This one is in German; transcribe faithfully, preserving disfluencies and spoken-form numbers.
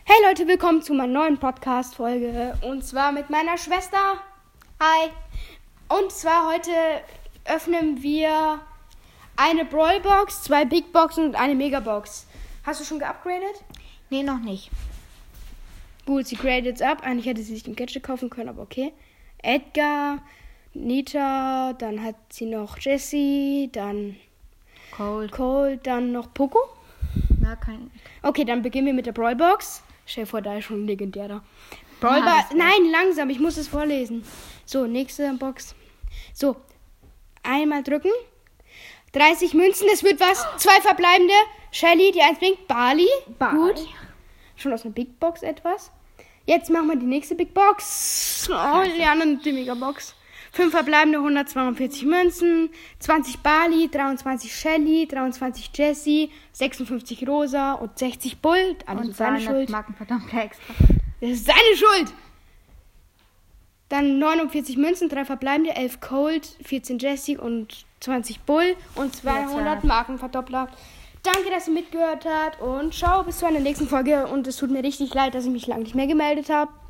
Hey Leute, willkommen zu meiner neuen Podcast-Folge. Und zwar mit meiner Schwester. Hi. Und zwar heute öffnen wir eine Brawl-Box, zwei Big-Boxen und eine Mega-Box. Hast du schon geupgradet? Nee, noch nicht. Gut, sie gradet jetzt ab. Eigentlich hätte sie sich ein Gadget kaufen können, aber okay. Edgar, Nita, dann hat sie noch Jessie, dann Cold. Cold, dann noch Poco. Ja, kein. Okay, dann beginnen wir mit der Brawl-Box. Stell dir vor, da ist schon ein legendärer. Brawl Ja, Box. Nein, langsam, ich muss es vorlesen. So, nächste Box. So, einmal drücken. dreißig Münzen, das wird was. Zwei verbleibende. Shelly, die eins bringt. Barley. Barley. Gut. Schon aus einer Big Box etwas. Jetzt machen wir die nächste Big Box. Oh, die andere die Mega Box. Fünf verbleibende, hundertzweiundvierzig Münzen, zwanzig Barley, dreiundzwanzig Shelly, dreiundzwanzig Jessie, sechsundfünfzig Rosa und sechzig Bull. Alles Und ist seine seine Schuld. Markenverdammter extra. Das ist seine Schuld. Dann neunundvierzig Münzen, drei verbleibende, elf Cold, vierzehn Jessie und zwanzig Bull und zweihundert Markenverdoppler. Danke, dass ihr mitgehört habt und ciao, bis zu einer nächsten Folge. Und es tut mir richtig leid, dass ich mich lange nicht mehr gemeldet habe.